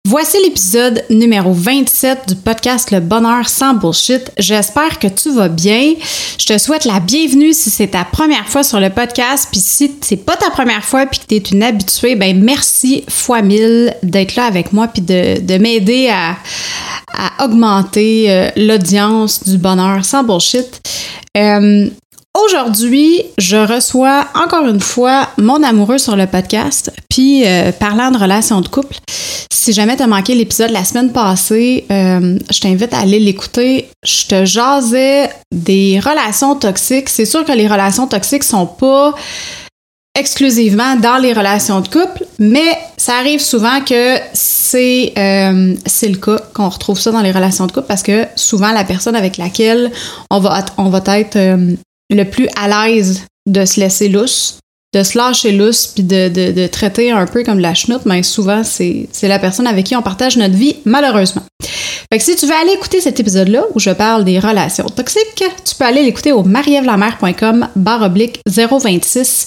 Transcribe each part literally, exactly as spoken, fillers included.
Voici l'épisode numéro vingt-sept du podcast Le Bonheur sans Bullshit. J'espère que tu vas bien. Je te souhaite la bienvenue si c'est ta première fois sur le podcast. Puis si c'est pas ta première fois puis que tu es une habituée, ben merci fois mille d'être là avec moi puis de, de m'aider à, à augmenter euh, l'audience du Bonheur sans Bullshit. Euh, Aujourd'hui, je reçois encore une fois mon amoureux sur le podcast. Puis, euh, parlant de relations de couple, si jamais tu as manqué l'épisode la semaine passée, euh, je t'invite à aller l'écouter. Je te jasais des relations toxiques. C'est sûr que les relations toxiques sont pas exclusivement dans les relations de couple, mais ça arrive souvent que c'est, euh, c'est le cas, qu'on retrouve ça dans les relations de couple parce que souvent, la personne avec laquelle on va, on va être... Euh, le plus à l'aise de se laisser lousse, de se lâcher lousse puis de, de, de traiter un peu comme de la chenoute, mais souvent, c'est, c'est la personne avec qui on partage notre vie, malheureusement. Fait que si tu veux aller écouter cet épisode-là, où je parle des relations toxiques, tu peux aller l'écouter au marievlamer.com barre oblique zéro vingt-six,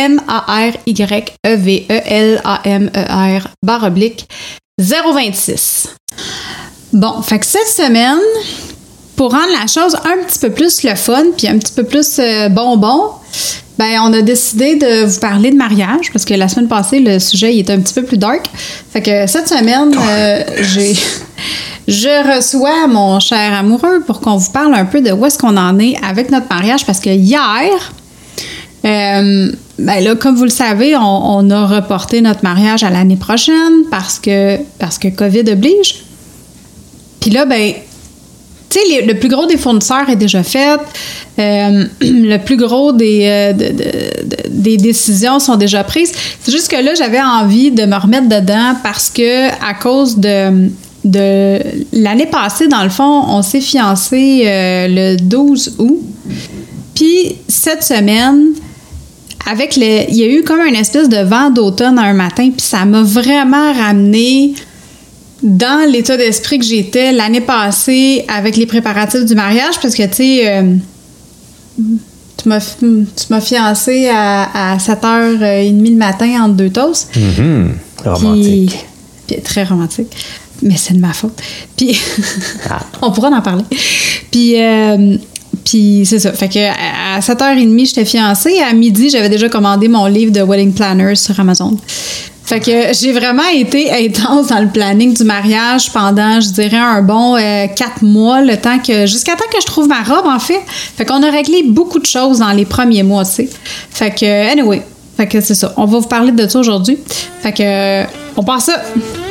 M-A-R-Y-E-V-E-L-A-M-E-R barre oblique zéro vingt-six. Bon, fait que cette semaine... Pour rendre la chose un petit peu plus le fun puis un petit peu plus euh, bonbon, ben on a décidé de vous parler de mariage parce que la semaine passée, le sujet il était un petit peu plus dark. Fait que cette semaine, euh, j'ai je reçois mon cher amoureux pour qu'on vous parle un peu de où est-ce qu'on en est avec notre mariage parce que hier, euh, ben là, comme vous le savez, on, on a reporté notre mariage à l'année prochaine parce que, parce que COVID oblige. Puis là, ben... Tu sais, le plus gros des fournisseurs est déjà fait. Euh, le plus gros des, euh, de, de, de, des décisions sont déjà prises. C'est juste que là, j'avais envie de me remettre dedans parce que à cause de, de l'année passée, dans le fond, on s'est fiancés euh, le douze août. Puis cette semaine, avec le, il y a eu comme une espèce de vent d'automne un matin, puis ça m'a vraiment ramené... dans l'état d'esprit que j'étais l'année passée avec les préparatifs du mariage, parce que, tu sais, euh, tu m'as, tu m'as fiancée à, à sept heures trente le matin entre deux toasts. Mm-hmm. Romantique. Puis, puis, très romantique. Mais c'est de ma faute. Puis, ah. on pourra en parler. Puis, euh, puis c'est ça. Fait que à sept heures trente, j'étais fiancée. À midi, j'avais déjà commandé mon livre de Wedding Planners sur Amazon. Fait que j'ai vraiment été intense dans le planning du mariage pendant, je dirais, un bon euh, quatre mois, le temps que jusqu'à temps que je trouve ma robe, en fait. Fait qu'on a réglé beaucoup de choses dans les premiers mois, tu sais. Fait que, anyway, fait que c'est ça. On va vous parler de ça aujourd'hui. Fait que, euh, on passe ça.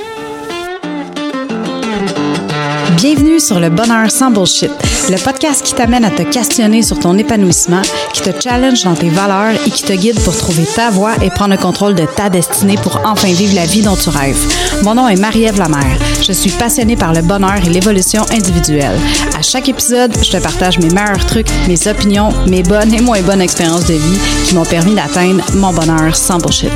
Bienvenue sur Le Bonheur sans Bullshit, le podcast qui t'amène à te questionner sur ton épanouissement, qui te challenge dans tes valeurs et qui te guide pour trouver ta voie et prendre le contrôle de ta destinée pour enfin vivre la vie dont tu rêves. Mon nom est Marie-Ève Lamère. Je suis passionnée par le bonheur et l'évolution individuelle. À chaque épisode, je te partage mes meilleurs trucs, mes opinions, mes bonnes et moins bonnes expériences de vie qui m'ont permis d'atteindre mon bonheur sans bullshit.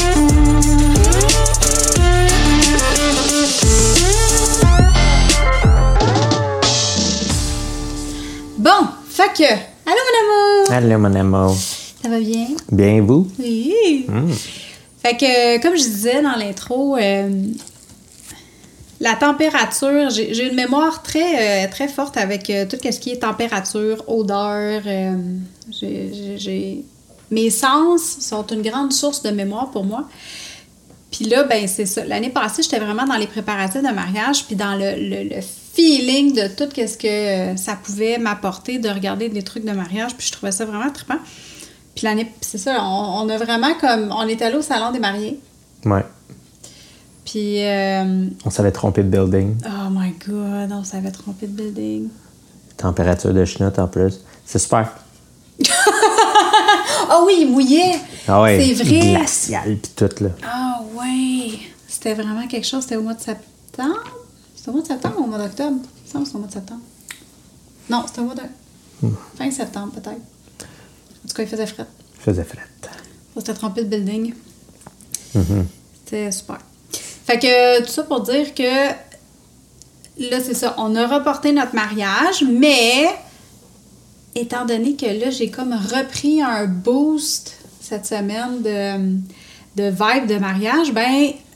Bon, fait que... Allô, mon amour! Allô, mon amour! Ça va bien? Bien, vous? Oui! Mm. Fait que, comme je disais dans l'intro, euh, la température, j'ai, j'ai une mémoire très, euh, très forte avec euh, tout ce qui est température, odeur. Euh, j'ai, j'ai, j'ai... Mes sens sont une grande source de mémoire pour moi. Puis là, ben c'est ça. L'année passée, j'étais vraiment dans les préparatifs de mariage, puis dans le, le, le feeling de tout ce que ça pouvait m'apporter de regarder des trucs de mariage, puis je trouvais ça vraiment trippant. Puis l'année, c'est ça, on, on a vraiment comme... On est allé au salon des mariés. Ouais. Puis... Euh, on s'avait trompé de building. Oh my God, on s'avait trompé de building. Température de chenoute en plus. C'est super. Ah oh oui, il mouillait. Ah ouais, c'est vrai. Glacial pis tout, là. Ah oh, ouais. C'était vraiment quelque chose. C'était au mois de septembre. C'était au mois de septembre ou au mois d'octobre? Il me semble que c'était au mois de septembre. Non, c'était au mois de... Hmm. Fin septembre, peut-être. En tout cas, il faisait fret. Il faisait fret. On s'était trompé de building. Mm-hmm. C'était super. Fait que tout ça pour dire que là, c'est ça. On a reporté notre mariage, mais... Étant donné que là, j'ai comme repris un boost cette semaine de, de vibe de mariage, ben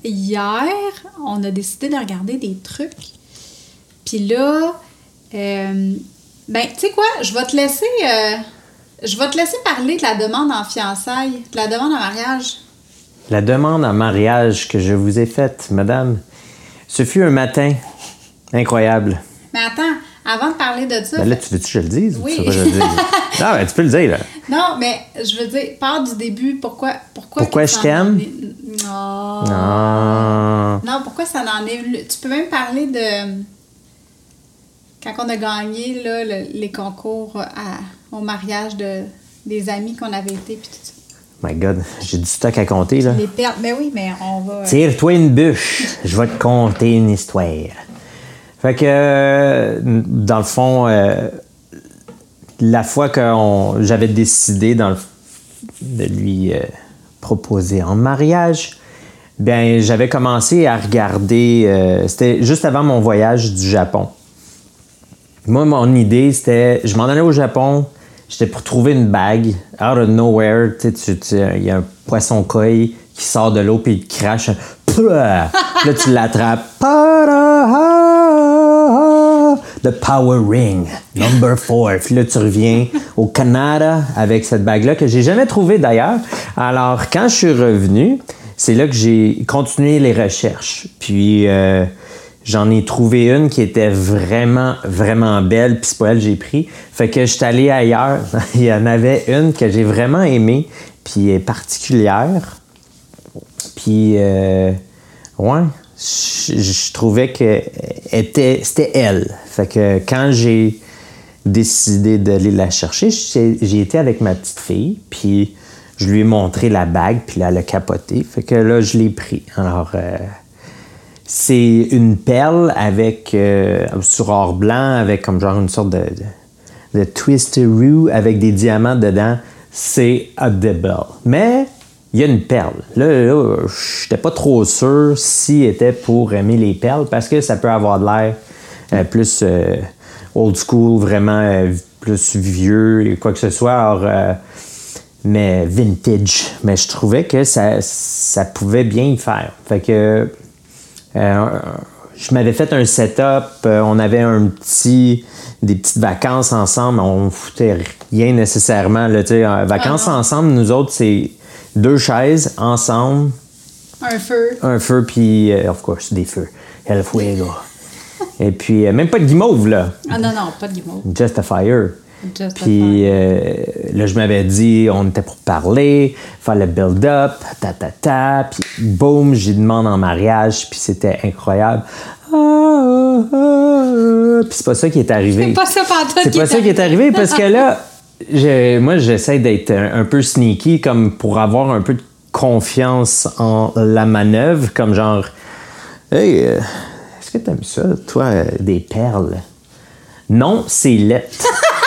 hier, on a décidé de regarder des trucs. Puis là, euh, ben, tu sais quoi, je vais te laisser... Euh, je vais te laisser parler de la demande en fiançailles, de la demande en mariage. La demande en mariage que je vous ai faite, madame, ce fut un matin incroyable. Mais attends, avant de parler de ça... Ben là, tu veux-tu que je le dise? Oui. Ou tu veux pas que je le dise? Non, ben, tu peux le dire, là. Non, mais je veux dire, parle du début. Pourquoi Pourquoi, Pourquoi que je ça t'aime? en est- Non. Non. Non, pourquoi ça en est... Tu peux même parler de... Quand on a gagné là, le- les concours à, au mariage de, des amis qu'on avait été, puis tout ça. My God, j'ai du stock à compter, là. Les perles. Mais oui, mais on va... Tire-toi une bûche, je vais te conter une histoire. Fait que, euh, dans le fond, euh, la fois que on- j'avais décidé dans le, de lui euh, proposer en mariage, ben j'avais commencé à regarder, euh, c'était juste avant mon voyage du Japon. Moi, mon idée, c'était, je m'en allais au Japon, j'étais pour trouver une bague, out of nowhere, tu sais, tu- il y a un poisson-coï qui sort de l'eau puis il te crache un... Là, tu l'attrapes. The Power Ring, number four. Puis là, tu reviens au Canada avec cette bague-là que j'ai jamais trouvée d'ailleurs. Alors, quand je suis revenu, c'est là que j'ai continué les recherches. Puis, euh, j'en ai trouvé une qui était vraiment, vraiment belle. Puis c'est pas elle que j'ai pris. Fait que je suis allé ailleurs. Il y en avait une que j'ai vraiment aimée. Puis elle est particulière. Puis, euh, ouais, je, je trouvais que était, c'était elle. Fait que quand j'ai décidé d'aller la chercher, j'ai, j'ai été avec ma petite fille, puis je lui ai montré la bague, puis là, elle a capoté. Fait que là, je l'ai pris. Alors, euh, c'est une perle avec, euh, sur or blanc, avec comme genre une sorte de, de, de twisteroo avec des diamants dedans. C'est audible. Mais il y a une perle. Là, là je n'étais pas trop sûr s'il était pour aimer les perles parce que ça peut avoir de l'air euh, plus euh, old school, vraiment euh, plus vieux et quoi que ce soit. Alors, euh, mais vintage. Mais je trouvais que ça, ça pouvait bien y faire. Fait que euh, je m'avais fait un setup. Euh, on avait un petit... des petites vacances ensemble. On foutait rien nécessairement. Là, euh, vacances Ah ensemble, nous autres, c'est deux chaises ensemble. Un feu. Un feu, puis, euh, of course, des feux. El fuego. Et puis, euh, même pas de guimauve, là. Ah non, non, pas de guimauve. Just a fire. Just a Puis fire. euh, là, je m'avais dit, on était pour parler, faire le build-up, ta ta ta, puis boum, j'ai demandé en mariage, puis c'était incroyable. Ah, ah, ah. Puis c'est pas ça qui est arrivé. C'est pas ça pantoute C'est qui pas est ça qui est arrivé parce que là, je- moi, j'essaie d'être un, un peu sneaky, comme pour avoir un peu de confiance en la manœuvre, comme genre, hey, euh, est-ce que t'aimes ça, toi, euh, des perles? Non, c'est lettre.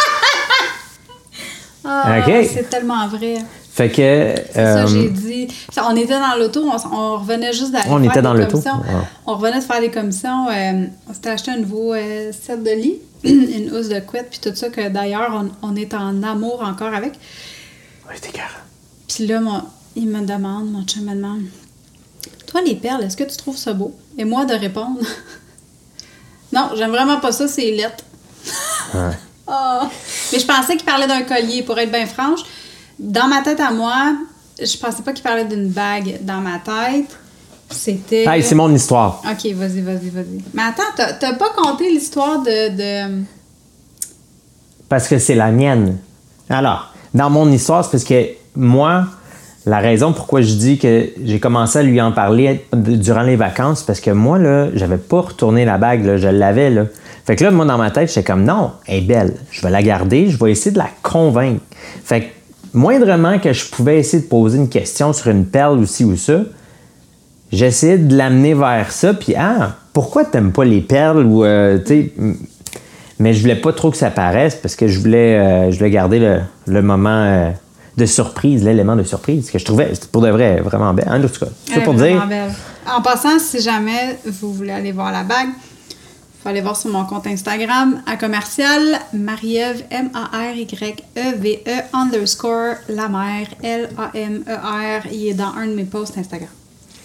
Ah, OK. c'est tellement vrai. Fait que. C'est ça, euh, j'ai dit. Ça, on était dans l'auto, on, s- on revenait juste d'aller On faire était dans des l'auto? commissions. Ouais. On revenait de faire des commissions. euh, on s'était acheté un nouveau euh, set de lit, une housse de couette, puis tout ça, que d'ailleurs, on, on est en amour encore avec. Ouais, t'es carré. Puis là, mon, il me demande, mon chum me demande, toi, les perles, est-ce que tu trouves ça beau? Et moi, de répondre, non, j'aime vraiment pas ça, c'est lettre. Ouais. Ah. Mais je pensais qu'il parlait d'un collier, pour être bien franche. Dans ma tête à moi, je pensais pas qu'il parlait d'une bague. Dans ma tête, c'était... Hey, c'est mon histoire. OK, vas-y, vas-y, vas-y. Mais attends, t'as, t'as pas compté l'histoire de... de... Parce que c'est la mienne. Alors, dans mon histoire, c'est parce que moi, la raison pourquoi je dis que j'ai commencé à lui en parler durant les vacances, parce que moi, là, j'avais pas retourné la bague, là, je l'avais, là. Fait que là, moi, dans ma tête, j'étais comme, non, elle est belle. Je vais la garder, je vais essayer de la convaincre. Fait que, moindrement que je pouvais essayer de poser une question sur une perle ou ci ou ça, j'essayais de l'amener vers ça, puis ah, pourquoi t'aimes pas les perles ou, euh, tu sais... Mais je voulais pas trop que ça paraisse parce que je voulais, euh, je voulais garder le, le moment euh, de surprise, l'élément de surprise que je trouvais, pour de vrai, vraiment belle. En tout cas, c'est pour dire... Belle. En passant, si jamais vous voulez aller voir la bague, il faut aller voir sur mon compte Instagram à commercial Marie-Ève M A R Y E V E underscore la mère L A M E R. Il est dans un de mes posts Instagram.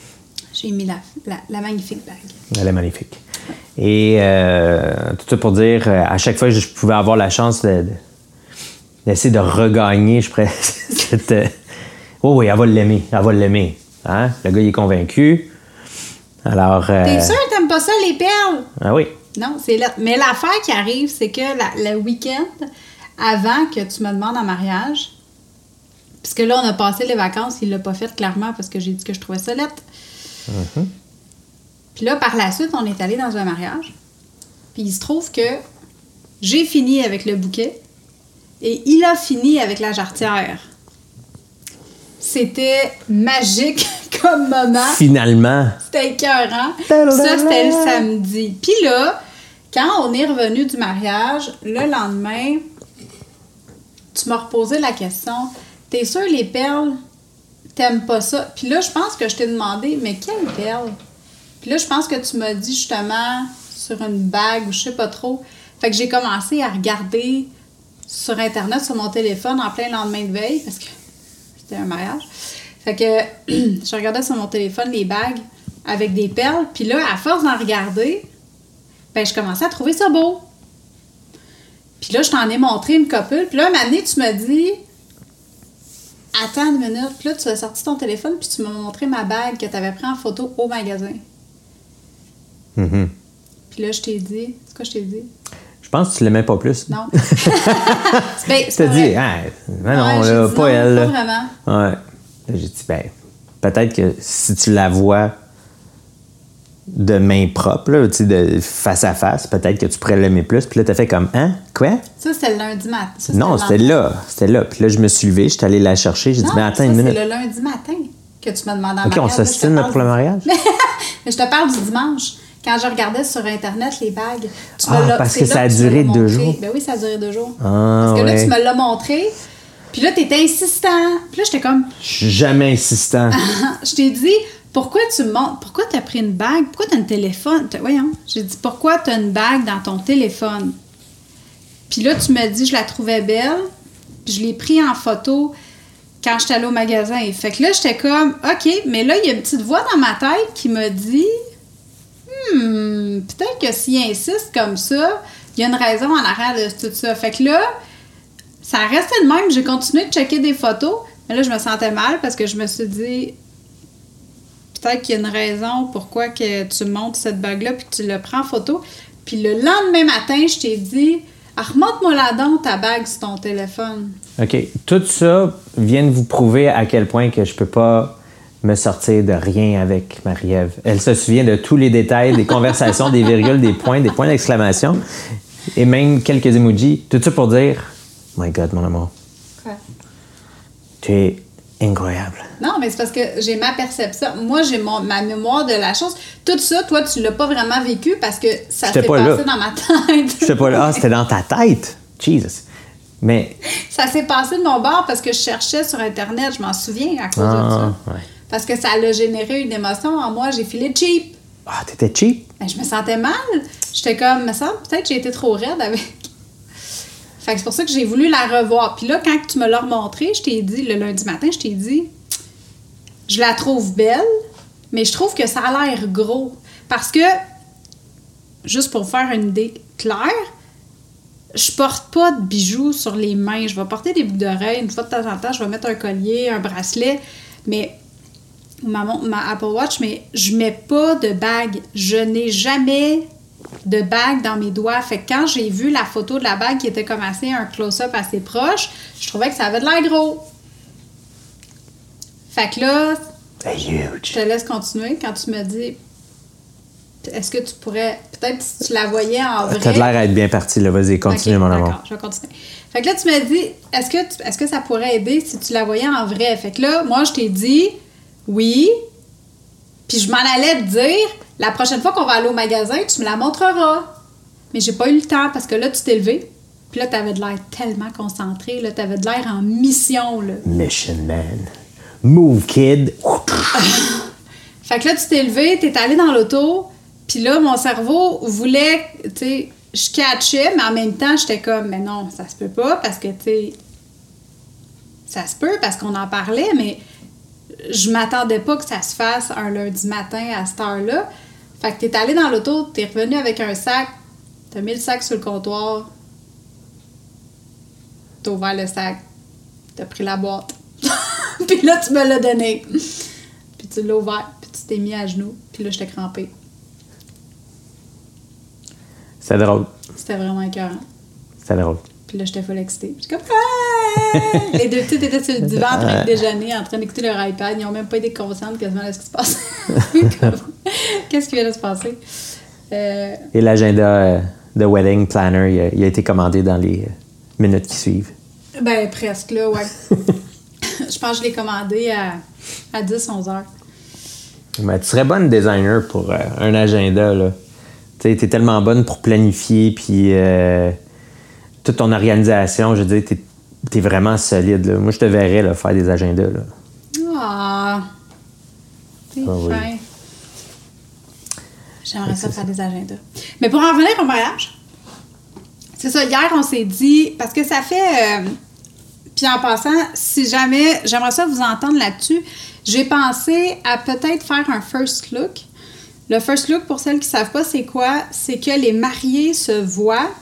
J'ai mis la, la, la magnifique bague. Elle est magnifique. Et euh, tout ça pour dire, à chaque fois que je pouvais avoir la chance de, de, d'essayer de regagner, je pourrais... cette, euh, oh oui, elle va l'aimer, elle va l'aimer. Hein? Le gars, il est convaincu. Alors... Euh... T'es sûr que t'aimes pas ça, les perles? Ah oui. Non, c'est là. Mais l'affaire qui arrive, c'est que la, le week-end, avant que tu me demandes en mariage, puisque là, on a passé les vacances, il l'a pas fait clairement parce que j'ai dit que je trouvais ça lettre. Mm-hmm. Puis là, par la suite, on est allé dans un mariage. Puis il se trouve que j'ai fini avec le bouquet et il a fini avec la jarretière. C'était magique comme moment. Finalement. C'était écœurant. Ça, c'était le samedi. Puis là, quand on est revenu du mariage, le lendemain, tu m'as reposé la question, t'es sûre les perles, t'aimes pas ça? Puis là, je pense que je t'ai demandé, mais quelles perles? Puis là, je pense que tu m'as dit justement sur une bague ou je sais pas trop. Fait que j'ai commencé à regarder sur Internet, sur mon téléphone, en plein lendemain de veille, parce que c'était un mariage. Fait que je regardais sur mon téléphone les bagues avec des perles. Puis là, à force d'en regarder, ben je commençais à trouver ça beau. Puis là, je t'en ai montré une copule. Puis là, un moment donné, tu m'as dit... Attends une minute. Puis là, tu as sorti ton téléphone puis tu m'as montré ma bague que tu avais pris en photo au magasin. Mm-hmm. Puis là, je t'ai dit... C'est quoi je t'ai dit? Je pense que tu l'aimais pas plus. Non. ben, tu t'as dit, ah, ben non, ouais, là, dit pas non, elle. Pas là. vraiment. Ouais. Là, j'ai dit, ben, peut-être que si tu la vois de main propre, là, tu sais, de face à face, peut-être que tu pourrais l'aimer plus. Puis là, t'as fait comme, hein? Quoi? Ça, c'était le lundi matin. Ça, non, c'était là. C'était là. Puis là, je me suis levé, je suis allé la chercher. J'ai non, dit, ben, attends ça, une minute. c'est le lundi matin que tu m'as demandé en OK, mariage. on s'ostine là, pour le mariage? Mais je te parle du dimanche. Quand je regardais sur Internet les bagues, tu ah, me l'as, parce c'est que là ça a tu me duré l'as deux montré. jours. Ben oui, ça a duré deux jours. Ah, parce que ouais. là, tu me l'as montré. Puis là, t'étais insistant. Puis là, j'étais comme... Je suis jamais insistant. je t'ai dit, pourquoi tu me montres... Pourquoi t'as pris une bague? Pourquoi t'as un téléphone? T'as... Voyons. J'ai dit, pourquoi t'as une bague dans ton téléphone? Puis là, tu m'as dit, je la trouvais belle. Puis je l'ai pris en photo quand j'étais allée au magasin. Fait que là, j'étais comme, OK, mais là, il y a une petite voix dans ma tête qui m'a dit... Hmm, peut-être que s'il insiste comme ça, il y a une raison en arrière de tout ça. Fait que là, ça restait de même. J'ai continué de checker des photos, mais là, je me sentais mal parce que je me suis dit, peut-être qu'il y a une raison pourquoi que tu montes cette bague-là puis que tu le prends en photo. Puis le lendemain matin, je t'ai dit, ah, remonte-moi la donc ta bague sur ton téléphone. OK. Tout ça vient de vous prouver à quel point que je peux pas me sortir de rien avec Marie-Ève. Elle se souvient de tous les détails, des conversations, des virgules, des points, des points d'exclamation et même quelques emojis. Tout ça pour dire, my God, mon amour. Quoi? Tu es incroyable. Non, mais c'est parce que j'ai ma perception. Moi, j'ai mon, ma mémoire de la chose. Tout ça, toi, tu l'as pas vraiment vécu parce que ça J'étais s'est pas passé là. dans ma tête. J'étais pas là. Ah, c'était dans ta tête. Jesus. Mais... Ça s'est passé de mon bord parce que je cherchais sur Internet. Je m'en souviens à cause ah, de ça. Ouais. Parce que ça a généré une émotion en moi. J'ai filé cheap. Ah, t'étais cheap? Ben, je me sentais mal. J'étais comme, me semble, peut-être que j'ai été trop raide avec. Fait que c'est pour ça que j'ai voulu la revoir. Puis là, quand tu me l'as remontrée, je t'ai dit, le lundi matin, je t'ai dit, je la trouve belle, mais je trouve que ça a l'air gros. Parce que, juste pour faire une idée claire, je porte pas de bijoux sur les mains. Je vais porter des boucles d'oreilles. Une fois de temps en temps, je vais mettre un collier, un bracelet, mais ma, ma Apple Watch, mais je mets pas de bague. Je n'ai jamais de bague dans mes doigts. Fait que quand j'ai vu la photo de la bague qui était comme assez un close-up assez proche, je trouvais que ça avait de l'air gros. Fait que là, c'est huge. Je te laisse continuer quand tu me dis, est-ce que tu pourrais, peut-être si tu la voyais en vrai... T'as de l'air à être bien parti, là. Vas-y, continue, okay, mon amour. D'accord, je vais continuer. Fait que là, tu m'as dit, est-ce que, tu, est-ce que ça pourrait aider si tu la voyais en vrai? Fait que là, moi, je t'ai dit, oui. Puis je m'en allais te dire, la prochaine fois qu'on va aller au magasin, tu me la montreras. Mais j'ai pas eu le temps parce que là, tu t'es levé. Puis là, t'avais de l'air tellement concentré. Là, t'avais de l'air en mission, là. Mission man. Move, kid. Fait que là, tu t'es levé, t'es allé dans l'auto. Puis là, mon cerveau voulait, tu sais, je catchais, mais en même temps, j'étais comme, mais non, ça se peut pas parce que, tu sais, ça se peut parce qu'on en parlait, mais je m'attendais pas que ça se fasse un lundi matin à cette heure-là. Fait que t'es allé dans l'auto, t'es revenu avec un sac, t'as mis le sac sur le comptoir, t'as ouvert le sac, t'as pris la boîte. Puis là, tu me l'as donné. Puis tu l'as ouvert, puis tu t'es mis à genoux, puis là, j'étais crampée. C'est drôle. C'était vraiment écœurant. C'est drôle. Puis là, j'étais full excitée. Puis je suis comme, ah! Les deux petites étaient sur le divan en train de déjeuner, en train d'écouter leur iPad. Ils n'ont même pas été conscientes quasiment de ce qui se passe. Qu'est-ce qui vient de se passer? Euh... Et l'agenda euh, de Wedding Planner, il a, il a été commandé dans les euh, minutes qui suivent. Ben, presque, là, ouais. Je pense que je l'ai commandé à, à dix onze heures. Mais tu serais bonne designer pour euh, un agenda, là. Tu sais, t'es tellement bonne pour planifier, puis euh, toute ton organisation, je veux dire, t'es, t'es vraiment solide, là. Moi, je te verrais, là, faire des agendas, là. Ah! C'est ah, fin. Oui. J'aimerais ça faire ça. Des agendas. Mais pour en revenir au mariage, c'est ça, hier, on s'est dit, parce que ça fait... Euh, puis en passant, si jamais, j'aimerais ça vous entendre là-dessus, j'ai pensé à peut-être faire un first look. Le first look, pour celles qui ne savent pas, c'est quoi? C'est que les mariés se voient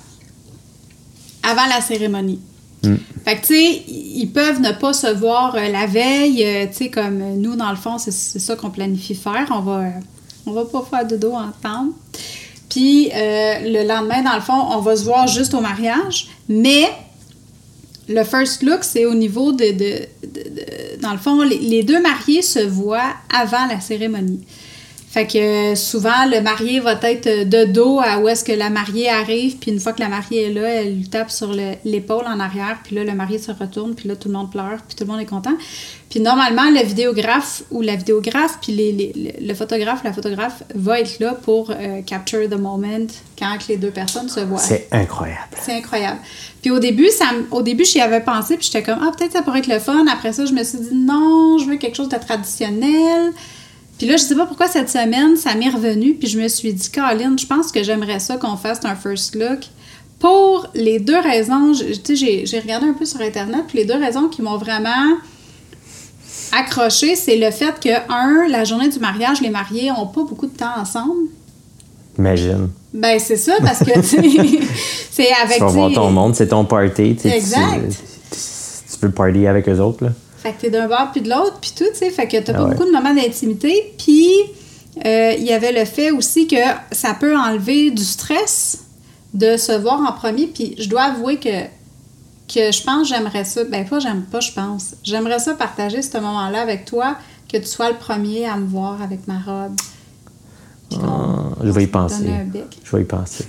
avant la cérémonie. Mm. Fait que, tu sais, ils peuvent ne pas se voir euh, la veille. Euh, tu sais, comme nous, dans le fond, c'est, c'est ça qu'on planifie faire. On va, euh, on va pas faire de dos ensemble. Puis, euh, le lendemain, dans le fond, on va se voir juste au mariage. Mais le first look, c'est au niveau de... de, de, de dans le fond, les, les deux mariés se voient avant la cérémonie. Fait que souvent, le marié va être de dos à où est-ce que la mariée arrive, puis une fois que la mariée est là, elle lui tape sur le, l'épaule en arrière, puis là, le marié se retourne, puis là, tout le monde pleure, puis tout le monde est content. Puis normalement, le vidéographe ou la vidéographe, puis les, les, le photographe, la photographe va être là pour euh, capture the moment quand les deux personnes se voient. C'est incroyable. C'est incroyable. Puis au début, ça, au début, j'y avais pensé, puis j'étais comme, ah, peut-être ça pourrait être le fun. Après ça, je me suis dit, non, je veux quelque chose de traditionnel. Puis là, je sais pas pourquoi cette semaine, ça m'est revenu, puis je me suis dit, Caroline, je pense que j'aimerais ça qu'on fasse un first look. Pour les deux raisons, tu sais, j'ai, j'ai regardé un peu sur Internet, puis les deux raisons qui m'ont vraiment accroché, c'est le fait que, un, la journée du mariage, les mariés ont pas beaucoup de temps ensemble. Imagine. Ben, c'est ça, parce que, tu sais, c'est avec... Tu vas voir ton monde, c'est ton party. Exact. Tu, tu, tu peux party avec eux autres, là. Fait que t'es d'un bord puis de l'autre, puis tout, tu sais. Fait que t'as ah pas ouais. beaucoup de moments d'intimité. Puis, euh, il y avait le fait aussi que ça peut enlever du stress de se voir en premier. Puis, je dois avouer que, que je pense que j'aimerais ça. Ben, pas j'aime pas, je pense. J'aimerais ça partager ce moment-là avec toi, que tu sois le premier à me voir avec ma robe. Ah, je vais y penser. Je vais y penser.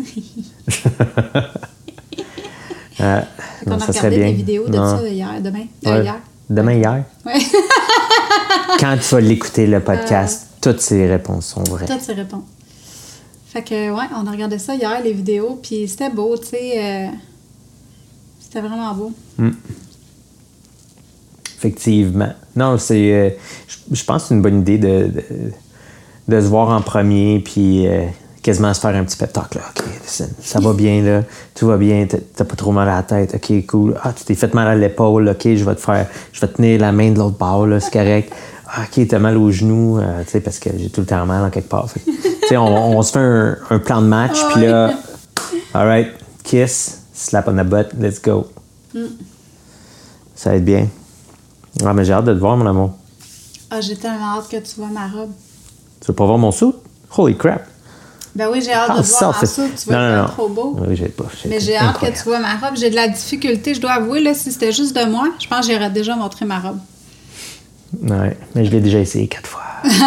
euh, on a ça regardé bien. des vidéos de non. ça hier, demain. Euh, ouais. hier. Demain, hier? Oui. Quand tu vas l'écouter, le podcast, euh, toutes ces réponses sont vraies. Toutes ces réponses. Fait que, ouais, on a regardé ça hier, les vidéos, puis c'était beau, tu sais. Euh, c'était vraiment beau. Mm. Effectivement. Non, c'est... Euh, je, je pense que c'est une bonne idée de, de, de se voir en premier, puis euh, quasiment se faire un petit pep talk, là. OK, ça, ça va bien, là. Tout va bien, t'as pas trop mal à la tête. OK, cool. Ah, tu t'es fait mal à l'épaule. OK, je vais te faire... Je vais te tenir la main de l'autre bord, là, c'est correct. Ah, OK, t'as mal aux genoux, euh, tu sais, parce que j'ai tout le temps mal en quelque part. Tu sais, on, on se fait un, un plan de match, oh, puis là... All right, kiss, slap on the butt, let's go. Mm. Ça va être bien. Ah, mais j'ai hâte de te voir, mon amour. Ah, j'ai tellement hâte que tu vois ma robe. Tu veux pas voir mon suit? Holy crap! Ben oui, j'ai hâte ah, de te voir en suit. Tu vas non, être non, non. trop beau. Oui, j'ai pas. J'ai mais j'ai hâte incroyable. Que tu vois ma robe. J'ai de la difficulté, je dois avouer, là, si c'était juste de moi, je pense que j'aurais déjà montré ma robe. Ouais, mais je l'ai déjà essayé quatre fois.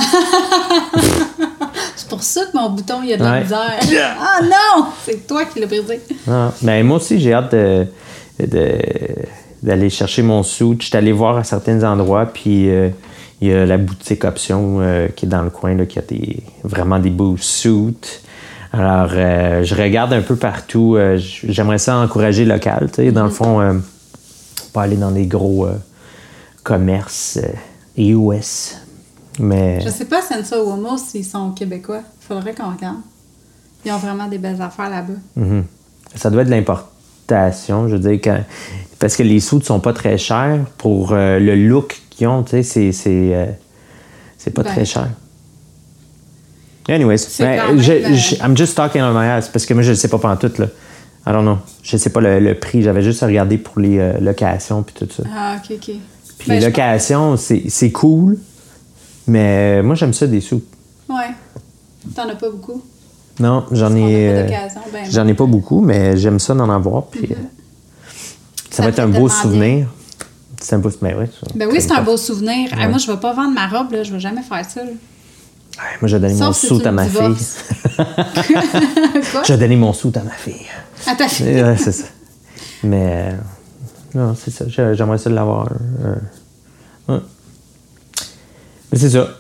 C'est pour ça que mon bouton, il y a de la ouais. misère. Ah non! C'est toi qui l'as brisé. Ah, mais moi aussi, j'ai hâte de... de... d'aller chercher mon suit. Je suis allé voir à certains endroits, puis euh, il y a la boutique Option euh, qui est dans le coin, là, qui a des, vraiment des beaux suits. Alors, euh, je regarde un peu partout. Euh, j'aimerais ça encourager local, tu sais, dans mm-hmm. le fond, euh, pas aller dans des gros euh, commerces euh, U S. Mais... Je sais pas, Sensa ou Homo, s'ils sont québécois. Il faudrait qu'on regarde. Ils ont vraiment des belles affaires là-bas. Mm-hmm. Ça doit être de l'importation, je veux dire, quand... parce que les suits ne sont pas très chers pour euh, le look qu'ils ont, tu sais, c'est, c'est, euh, C'est pas Ben. très cher. Anyways, C'est ben, quand même, je, euh, je- I'm just talking on my ass parce que moi, je ne sais pas pantoute, là. I don't know. Je sais pas le, le prix. J'avais juste regardé pour les euh, locations puis tout ça. Ah, OK, OK. Puis Ben, les je locations, c'est, c'est cool, mais moi, j'aime ça des sous. pense- Ouais. T'en as pas beaucoup? Non, j'en Parce qu'on ai, a pas euh, d'occasion, ben, j'en ai pas beaucoup, mais j'aime ça d'en avoir. Puis euh, ça, Ça va être fait un beau tellement souvenir. C'est un beau souvenir, oui. Ben oui, c'est un beau souvenir. Hey, Ouais. moi, je vais pas vendre ma robe, là. Je vais jamais faire ça, là. Ouais, moi, j'ai donné Sauf mon si sou tu à me ma divorces. fille. Quoi? J'ai donné mon sou à ma fille. À ta fille. Ouais, c'est ça. Mais euh, non, c'est ça. J'ai- J'aimerais ça l'avoir. un- un- ouais. Mais c'est ça.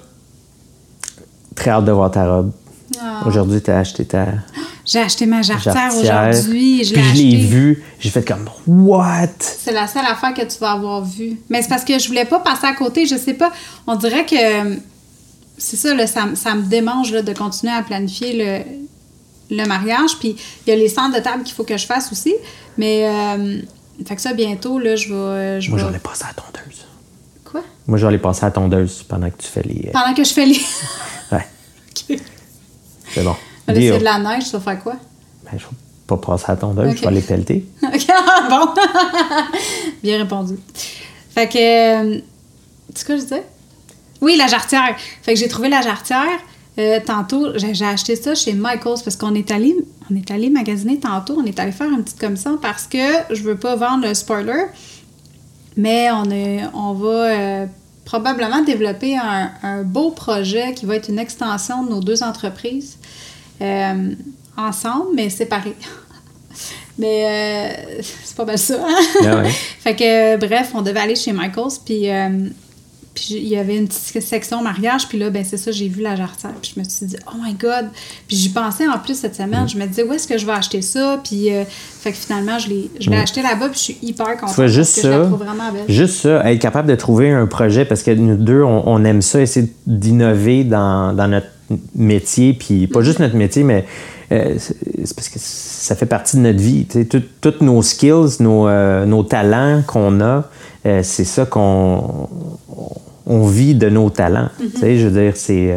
Très hâte de voir ta robe. Ah. Aujourd'hui, tu as acheté ta J'ai acheté ma jarretière jarretière. aujourd'hui. Je l'ai Puis je l'ai achetée. vue. J'ai fait comme What? C'est la seule affaire que tu vas avoir vue. Mais c'est parce que je voulais pas passer à côté. Je sais pas. On dirait que c'est ça, là, ça, me- ça me démange là, de continuer à planifier le, le mariage. Puis il y a les centres de table qu'il faut que je fasse aussi. Mais euh, fait que ça, bientôt, là, je vais. Je Moi, vais- j'en ai passé à la tondeuse. Quoi? Moi, j'en ai passé à la tondeuse pendant que tu fais les. euh, Pendant que je fais les. Ouais, Ok. c'est bon. Là, c'est Deal. de la neige, tu vas faire quoi? Ben, je vais pas passer à la tondeuse, Ok. je vais aller pelleter. Ok, ah, bon. Bien répondu. Fait que. euh, C'est quoi je disais? Oui, la jarretière. Fait que j'ai trouvé la jarretière. Euh, tantôt, j'ai, j'ai acheté ça chez Michaels parce qu'on est allé, on est allé magasiner tantôt. On est allé faire une petite commission parce que je veux pas vendre le spoiler. Mais on, est, on va euh, probablement développer un, un beau projet qui va être une extension de nos deux entreprises euh, ensemble, mais séparés. Mais euh, c'est pas mal ça. Hein? Ah ouais. Fait que, bref, on devait aller chez Michaels, puis, euh, puis il y avait une petite section mariage, puis là, ben c'est ça, j'ai vu la jarretière, puis je me suis dit, oh my God! Puis j'y pensais en plus cette semaine, je me disais, où est-ce que je vais acheter ça? Puis, euh, fait que finalement, je l'ai, je l'ai Mm. acheté là-bas, puis je suis hyper contente. Tu vois, juste parce que je la ça, trouve vraiment belle. juste ça, être capable de trouver un projet, parce que nous deux, on, on aime ça, essayer d'innover dans, dans notre métier, puis pas juste notre métier, mais euh, c'est c'est parce que ça fait partie de notre vie. Tu sais, tout- toutes nos skills, nos, euh, nos talents qu'on a, euh, c'est ça qu'on on vit de nos talents. Tu sais, je veux dire, c'est... euh,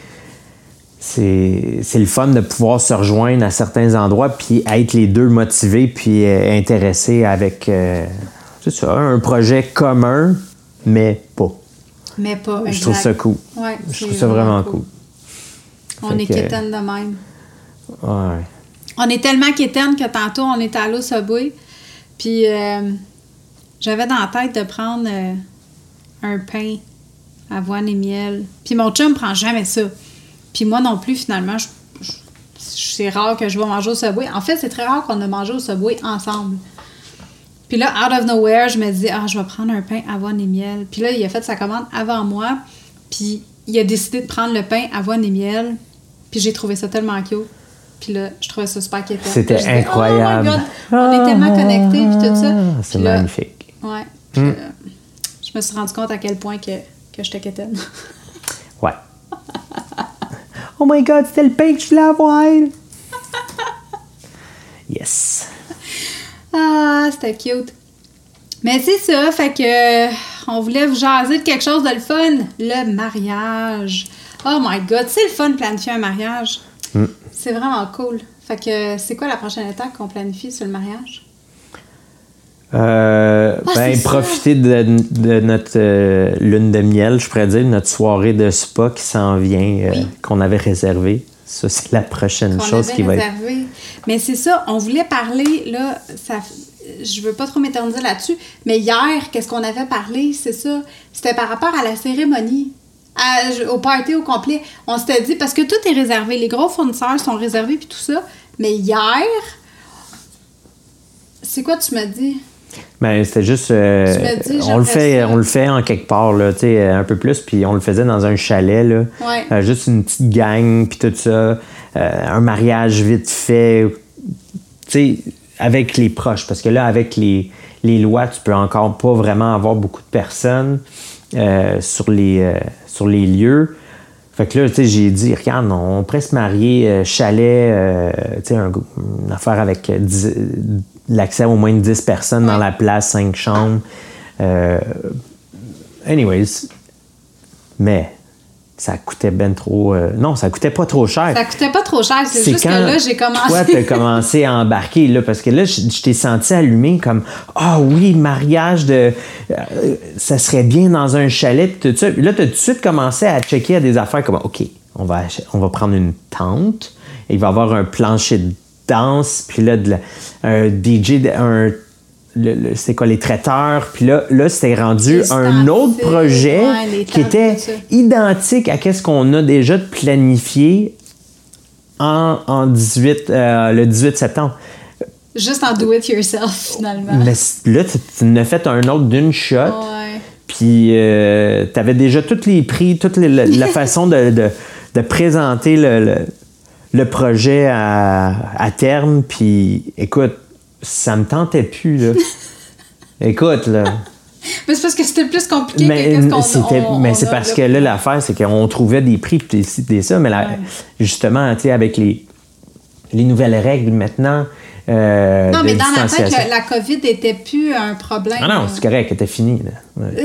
C'est, c'est le fun de pouvoir se rejoindre à certains endroits puis être les deux motivés puis euh, intéressés avec euh, c'est ça, un projet commun, mais pas. Mais pas, Je trouve exact. ça cool. Ouais, Je c'est trouve ça vraiment cool. On Fait est que- quétaine de même. Ouais. On est tellement quétaine que tantôt, on est allé au Subway, puis euh, j'avais dans la tête de prendre euh, un pain avoine et miel. Puis mon chum prend jamais ça. Puis moi non plus, finalement, je, je- c'est rare que je vais manger au Subway. En fait, c'est très rare qu'on a mangé au Subway ensemble. Puis là, out of nowhere, je me dis, ah, je vais prendre un pain avoine et miel. Puis là, il a fait sa commande avant moi, puis il a décidé de prendre le pain avoine et miel. Puis j'ai trouvé ça tellement cute. Puis là, je trouvais ça super quétaine. C'était Puis je disais, incroyable. Oh my God, on est tellement connectés, puis tout ça. Ah, c'est Puis là, magnifique. Ouais. Puis, Mm. euh, je me suis rendu compte à quel point que, que j'étais quétaine. Ouais. Oh my God, c'était le pain que je voulais avoir. Yes. Ah, c'était cute. Mais c'est ça, fait que euh, on voulait vous jaser de quelque chose de le fun, le mariage. Oh my God, c'est le fun de planifier un mariage. Mm. C'est vraiment cool. Fait que c'est quoi la prochaine étape qu'on planifie sur le mariage? Euh, Ah, ben, c'est ça. profiter de, de notre euh, lune de miel, je pourrais dire, notre soirée de spa qui s'en vient, euh, Oui. qu'on avait réservée. Ça, c'est la prochaine Qu'on chose avait qui va être. réservé. Mais c'est ça, on voulait parler, là, ça, je veux pas trop m'éterniser là-dessus, mais hier, qu'est-ce qu'on avait parlé, c'est ça, c'était par rapport à la cérémonie, à- au party au complet. On s'était dit, parce que tout est réservé, les gros fournisseurs sont réservés puis tout ça, mais hier, c'est quoi tu m'as dit? Ben, c'était juste. euh, Tu m'as dit, on, le j'aimerais fait, ça. on le fait en quelque part, là, tu sais, un peu plus, puis on le faisait dans un chalet, là. Ouais. Euh, juste une petite gang, puis tout ça. Euh, un mariage vite fait. Tu sais, avec les proches, parce que là, avec les, les lois, tu peux encore pas vraiment avoir beaucoup de personnes euh, sur, les, euh, sur les lieux. Fait que là, tu sais, j'ai dit, regarde, on pourrait se marier euh, chalet, euh, tu sais, un- une affaire avec euh, dix- l'accès à au moins dix personnes dans Ouais. la place, cinq chambres. Euh, anyways, mais ça coûtait ben trop... Euh, non, ça coûtait pas trop cher. Ça coûtait pas trop cher, c'est, c'est juste que là, j'ai commencé... Toi, t'as commencé à embarquer, là, parce que là, je, je t'ai senti allumé comme « Ah oui, mariage de... Euh, ça serait bien dans un chalet. » Puis tout ça. Puis là, t'as tout de suite commencé à checker à des affaires comme « OK, on va, ach- on va prendre une tente, il va y avoir un plancher de danse, puis là, de la, un D J, un... Le, le, c'était quoi, les traiteurs. Puis là, là c'était rendu les un autre projet ouais, qui était identique à ce qu'on a déjà planifié en, en dix-huit, euh, le dix-huit septembre. Juste en do-it-yourself, finalement. Mais là, tu, tu en as fait un autre d'une shot. Ouais. Puis euh, tu avais déjà tous les prix, toute les, la, la façon de, de, de présenter le, le, le projet à, à terme. Puis écoute, ça me tentait plus, là. Écoute, là. Mais c'est parce que c'était plus compliqué mais, que ce qu'on c'était, on, Mais on c'est a, parce là. que là, l'affaire, c'est qu'on trouvait des prix et des ça, mais là, Ouais. justement, tu sais, avec les, les nouvelles règles maintenant. Euh, Non, de mais dans ma tête, distanciation. la, la COVID n'était plus un problème. Ah non, c'est correct, elle était finie, là. Ouais.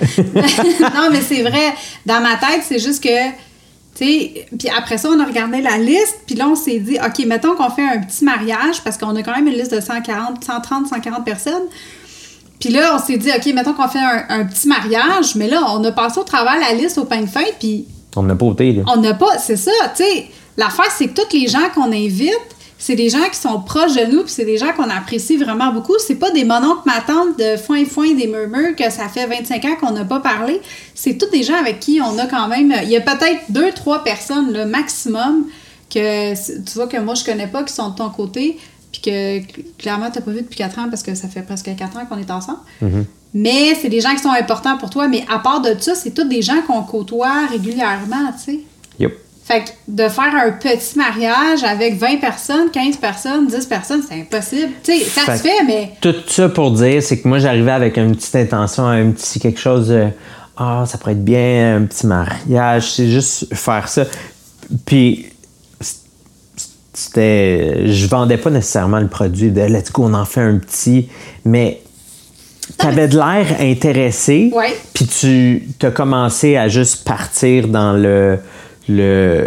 Non, mais c'est vrai. Dans ma tête, c'est juste que, tu sais, puis après ça, on a regardé la liste, puis là, on s'est dit, OK, mettons qu'on fait un petit mariage, parce qu'on a quand même une liste de cent quarante, cent trente, cent quarante personnes. Puis là, on s'est dit, OK, mettons qu'on fait un, un petit mariage, mais là, on a passé au travers la liste au pain de fin, puis On n'a pas ôté, là. on n'a pas, c'est ça, tu sais, l'affaire, c'est que tous les gens qu'on invite, c'est des gens qui sont proches de nous, puis c'est des gens qu'on apprécie vraiment beaucoup. C'est pas des mononcles matantes de foin-foin, des murmures, que ça fait vingt-cinq ans qu'on n'a pas parlé. C'est tous des gens avec qui on a quand même... Il y a peut-être deux, trois personnes, le maximum, que tu vois que moi, je connais pas, qui sont de ton côté, puis que clairement, t'as pas vu depuis quatre ans, parce que ça fait presque quatre ans qu'on est ensemble. Mm-hmm. Mais c'est des gens qui sont importants pour toi. Mais à part de ça, c'est tous des gens qu'on côtoie régulièrement, tu sais. Yep. Fait que de faire un petit mariage avec vingt personnes, quinze personnes, dix personnes, c'est impossible. Tu sais, ça Fait se fait, mais... Tout ça pour dire, c'est que moi, j'arrivais avec une petite intention, un petit quelque chose de « Ah, ça pourrait être bien, un petit mariage. » C'est juste faire ça. Puis, c'était... Je vendais pas nécessairement le produit de « Let's go, on en fait un petit. » Mais t'avais de l'air intéressé. Ouais. Puis tu t'as commencé à juste partir dans le... le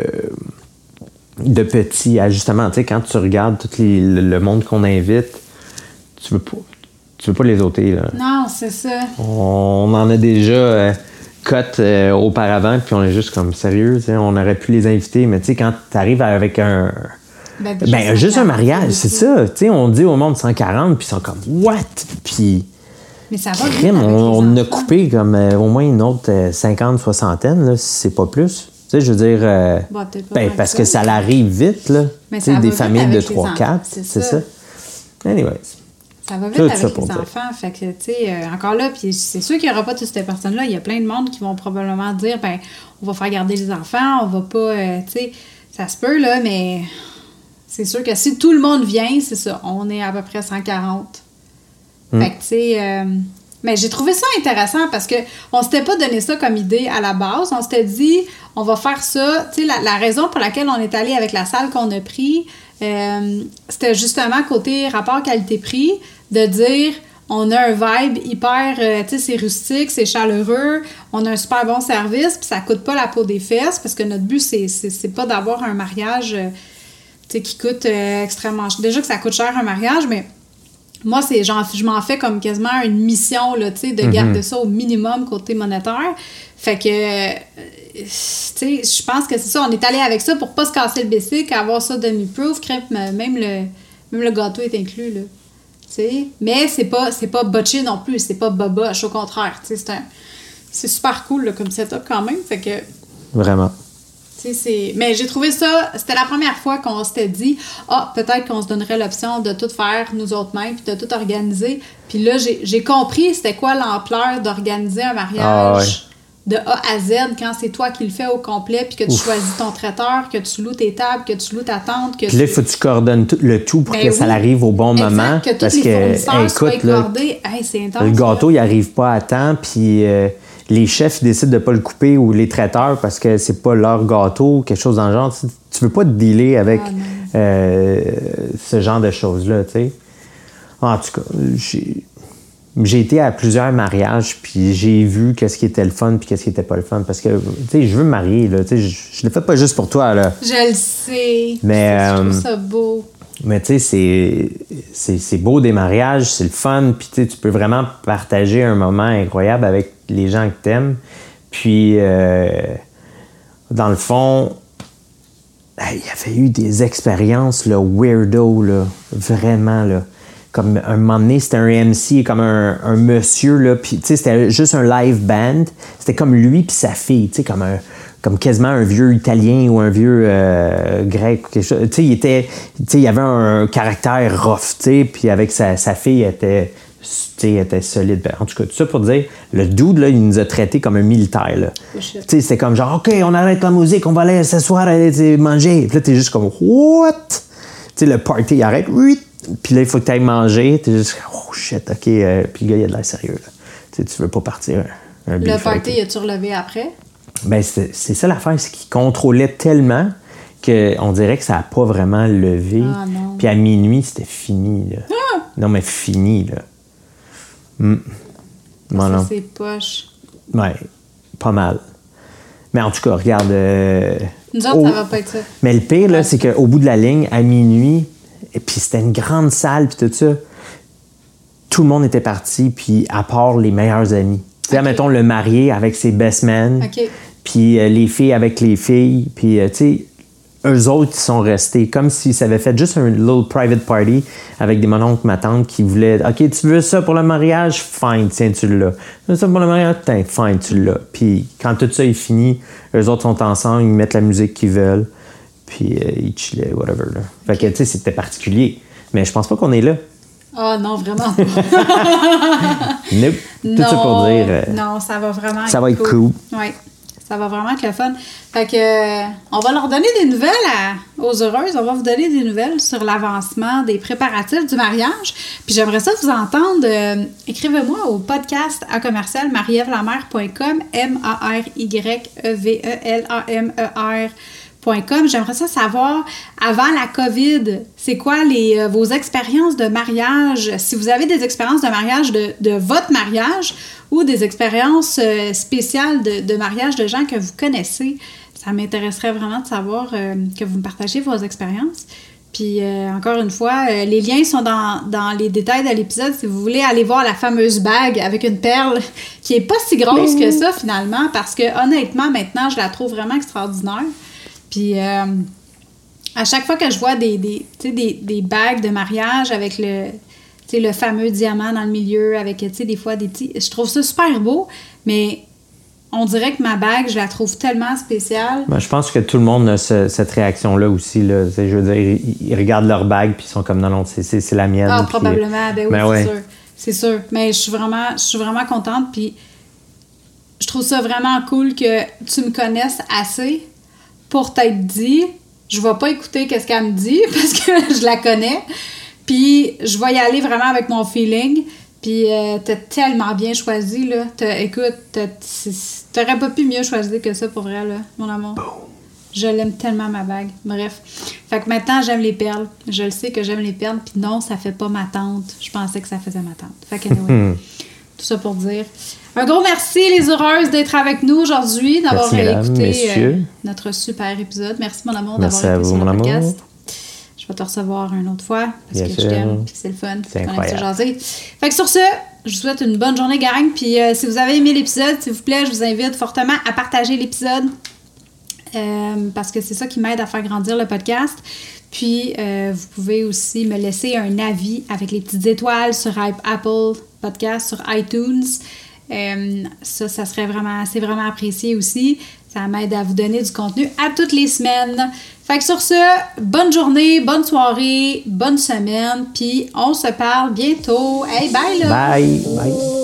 de petit ajustement. Tu sais, quand tu regardes tout les, le, le monde qu'on invite, tu veux pas, tu veux pas les ôter, là. Non, c'est ça. On en a déjà euh, cut euh, auparavant, puis on est juste comme sérieux, tu sais, on aurait pu les inviter, mais tu sais, quand tu arrives avec un... Ben, Ben, juste un mariage, c'est ça. Tu sais, on dit au monde cent quarante, puis ils sont comme « What? » Puis... Mais ça va vite crime, avec on, les on a enfants. coupé comme euh, au moins une autre euh, cinquante, soixantaine, là, si c'est pas plus. Tu sais, je veux dire... euh, Bon, peut-être pas ben, tant parce que que ça. ça l'arrive vite, là. Mais Tu sais, ça va des vite familles de avec les trois enfants, quatre, c'est c'est ça. ça. Anyways. Ça va vite Tout avec ça les pour dire. enfants. Fait que, tu sais, euh, encore là, puis c'est sûr qu'il n'y aura pas toutes ces personnes-là. Il y a plein de monde qui vont probablement dire, ben, on va faire garder les enfants, on va pas, euh, tu sais, ça se peut, là, mais c'est sûr que si tout le monde vient, c'est ça, on est à peu près cent quarante. Mm. Fait que, tu sais, euh, mais j'ai trouvé ça intéressant parce que on s'était pas donné ça comme idée à la base. On s'était dit, on va faire ça. Tu sais, la, la raison pour laquelle on est allé avec la salle qu'on a pris, euh, c'était justement côté rapport qualité-prix, de dire, on a un vibe hyper, euh, tu sais, c'est rustique, c'est chaleureux, on a un super bon service, puis ça coûte pas la peau des fesses, parce que notre but, c'est, c'est, c'est pas d'avoir un mariage, euh, tu sais, qui coûte euh, extrêmement cher. Déjà que ça coûte cher un mariage, mais moi, c'est genre, je m'en fais comme quasiment une mission, là, tu sais, de garder ça au minimum côté monétaire. Fait que, euh, tu sais, je pense que c'est ça. On est allé avec ça pour pas se casser le basic, avoir ça demi-proof, crêpe, même le, même le gâteau est inclus, là. Tu sais, mais c'est pas, c'est pas botché non plus, c'est pas boboche, au contraire, tu sais, c'est un, c'est super cool, là, comme setup quand même. Fait que, Vraiment. c'est... Mais j'ai trouvé ça, c'était la première fois qu'on s'était dit, ah, peut-être qu'on se donnerait l'option de tout faire nous autres mêmes, puis de tout organiser. Puis là, j'ai, j'ai compris c'était quoi l'ampleur d'organiser un mariage Ah ouais. de A à Z quand c'est toi qui le fais au complet, puis que tu Ouf. choisis ton traiteur, que tu loues tes tables, que tu loues ta tente. Que Puis là, il tu... faut que tu coordonnes tout, le tout pour Ben que oui. ça arrive au bon Exact, moment. que tous parce les que, fournisseurs hey, soient écoute, là, accordés. Hey, c'est intense. le gâteau, là. il arrive pas à temps, puis euh, les chefs ils décident de pas le couper ou les traiteurs parce que c'est pas leur gâteau, quelque chose dans le genre. Tu, tu veux pas te dealer avec Ah, non. euh, ce genre de choses-là, tu sais. En tout cas, j'ai... j'ai été à plusieurs mariages, puis j'ai vu qu'est-ce qui était le fun, puis qu'est-ce qui était pas le fun. Parce que, tu sais, je veux me marier, là. Tu sais, je, je le fais pas juste pour toi, là. Je le sais. Mais, je trouve euh, ça beau. Mais, tu sais, c'est, c'est, c'est beau des mariages, c'est le fun, puis tu sais, tu peux vraiment partager un moment incroyable avec les gens que t'aimes. Puis, euh, dans le fond, il y avait eu des expériences, là, weirdo, là. Vraiment, là. Comme un moment donné, c'était un M C, comme un, un monsieur, là, puis tu sais, c'était juste un live band. C'était comme lui puis sa fille, tu sais, comme un, comme quasiment un vieux Italien ou un vieux euh, Grec ou quelque chose. Tu sais, il était, tu sais, il avait un caractère rough, tu sais, puis avec sa, sa fille, elle était, tu sais, elle était solide. En tout cas, tout ça pour dire, le dude, là, il nous a traités comme un militaire, là. Tu sais, c'était comme genre, OK, on arrête la musique, on va aller s'asseoir, aller manger. Puis là, t'es juste comme, what? Tu sais, le party, il arrête, oui. Puis là, il faut que tu ailles manger. T'es juste, oh shit, OK. Euh, puis le gars, il a de l'air sérieux. Là. Tu sais, tu veux pas partir un, un Le party, il a-tu relevé après? Ben, c'est, c'est ça l'affaire, c'est qu'il contrôlait tellement qu'on dirait que ça n'a pas vraiment levé. Ah, non. Puis à minuit, c'était fini. Là. Ah! Non, mais fini, là. Mm. Ça, non. c'est poche. Ouais, pas mal. Mais en tout cas, regarde. Euh, Nous autres, au... ça va pas être ça. Mais le pire, là, c'est qu'au bout de la ligne, à minuit, et puis c'était une grande salle, puis tout ça. Tout le monde était parti, puis à part les meilleurs amis. Tu sais, okay. Mettons le marié avec ses best men, okay. Puis euh, les filles avec les filles, puis euh, tu sais, eux autres, ils sont restés comme s'ils s'avaient fait juste un little private party avec des mononcles, ma tante qui voulaient « OK, tu veux ça pour le mariage? Fine, tiens, tu l'as. Tu veux ça pour le mariage? Tiens, fine, tu l'as. » Puis quand tout ça est fini, eux autres sont ensemble, ils mettent la musique qu'ils veulent. Puis euh, ils chillaient, whatever. Là. Fait que, tu sais, c'était particulier. Mais je pense pas qu'on est là. Ah oh, non, vraiment pas. Nope. Tout non, ça pour dire... Euh, non, ça va vraiment ça être va être cool. cool. Oui, ça va vraiment être le fun. Fait que, euh, on va leur donner des nouvelles à, aux heureuses. On va vous donner des nouvelles sur l'avancement des préparatifs du mariage. Puis j'aimerais ça vous entendre. Euh, écrivez-moi au podcast à commercial marie-ève lamère point com, M A R Y E V E L A M E R point com. J'aimerais ça savoir, avant la COVID, c'est quoi les, euh, vos expériences de mariage, si vous avez des expériences de mariage de, de votre mariage ou des expériences euh, spéciales de, de mariage de gens que vous connaissez. Ça m'intéresserait vraiment de savoir euh, que vous me partagez vos expériences. Puis, euh, encore une fois, euh, les liens sont dans, dans les détails de l'épisode. Si vous voulez aller voir la fameuse bague avec une perle qui est pas si grosse que ça, finalement, parce que, honnêtement, maintenant, je la trouve vraiment extraordinaire. Puis, euh, à chaque fois que je vois des, des, des, des bagues de mariage avec le, le fameux diamant dans le milieu, avec des fois des petits... Je trouve ça super beau, mais on dirait que ma bague, je la trouve tellement spéciale. Ben, je pense que tout le monde a ce, cette réaction-là aussi. Là. Je veux dire, ils, ils regardent leur bague puis ils sont comme non, non, c'est, c'est, c'est la mienne. Ah, puis, probablement. Ben oui, ben c'est ouais. sûr. C'est sûr. Mais je suis vraiment, je suis vraiment contente. Puis je trouve ça vraiment cool que tu me connaisses assez pour t'être dit, je vais pas écouter qu'est-ce qu'elle me dit parce que je la connais. Puis je vais y aller vraiment avec mon feeling. Puis euh, t'as tellement bien choisi, là. T'as, écoute, t'as, t'aurais pas pu mieux choisir que ça pour vrai, là, mon amour. Je l'aime tellement, ma bague. Bref. Fait que maintenant, j'aime les perles. Je le sais que j'aime les perles. Puis non, ça fait pas ma tante. Je pensais que ça faisait ma tante. Fait que anyway, tout ça pour dire. Un gros merci, les heureuses, d'être avec nous aujourd'hui, d'avoir merci, écouté euh, notre super épisode. Merci, mon amour, merci d'avoir été vous, sur le mon podcast. Amour. Je vais te recevoir une autre fois parce Bien que sûr. je t'aime et que c'est le fun. C'est incroyable. Jaser. Fait que sur ce, je vous souhaite une bonne journée, gang. Puis euh, si vous avez aimé l'épisode, s'il vous plaît, je vous invite fortement à partager l'épisode euh, parce que c'est ça qui m'aide à faire grandir le podcast. Puis euh, vous pouvez aussi me laisser un avis avec les petites étoiles sur Apple Podcast, sur iTunes. Euh, ça, ça serait vraiment, c'est vraiment apprécié aussi. Ça m'aide à vous donner du contenu à toutes les semaines. Fait que sur ce, bonne journée, bonne soirée, bonne semaine, puis on se parle bientôt. Hey, bye là! Bye! Bye!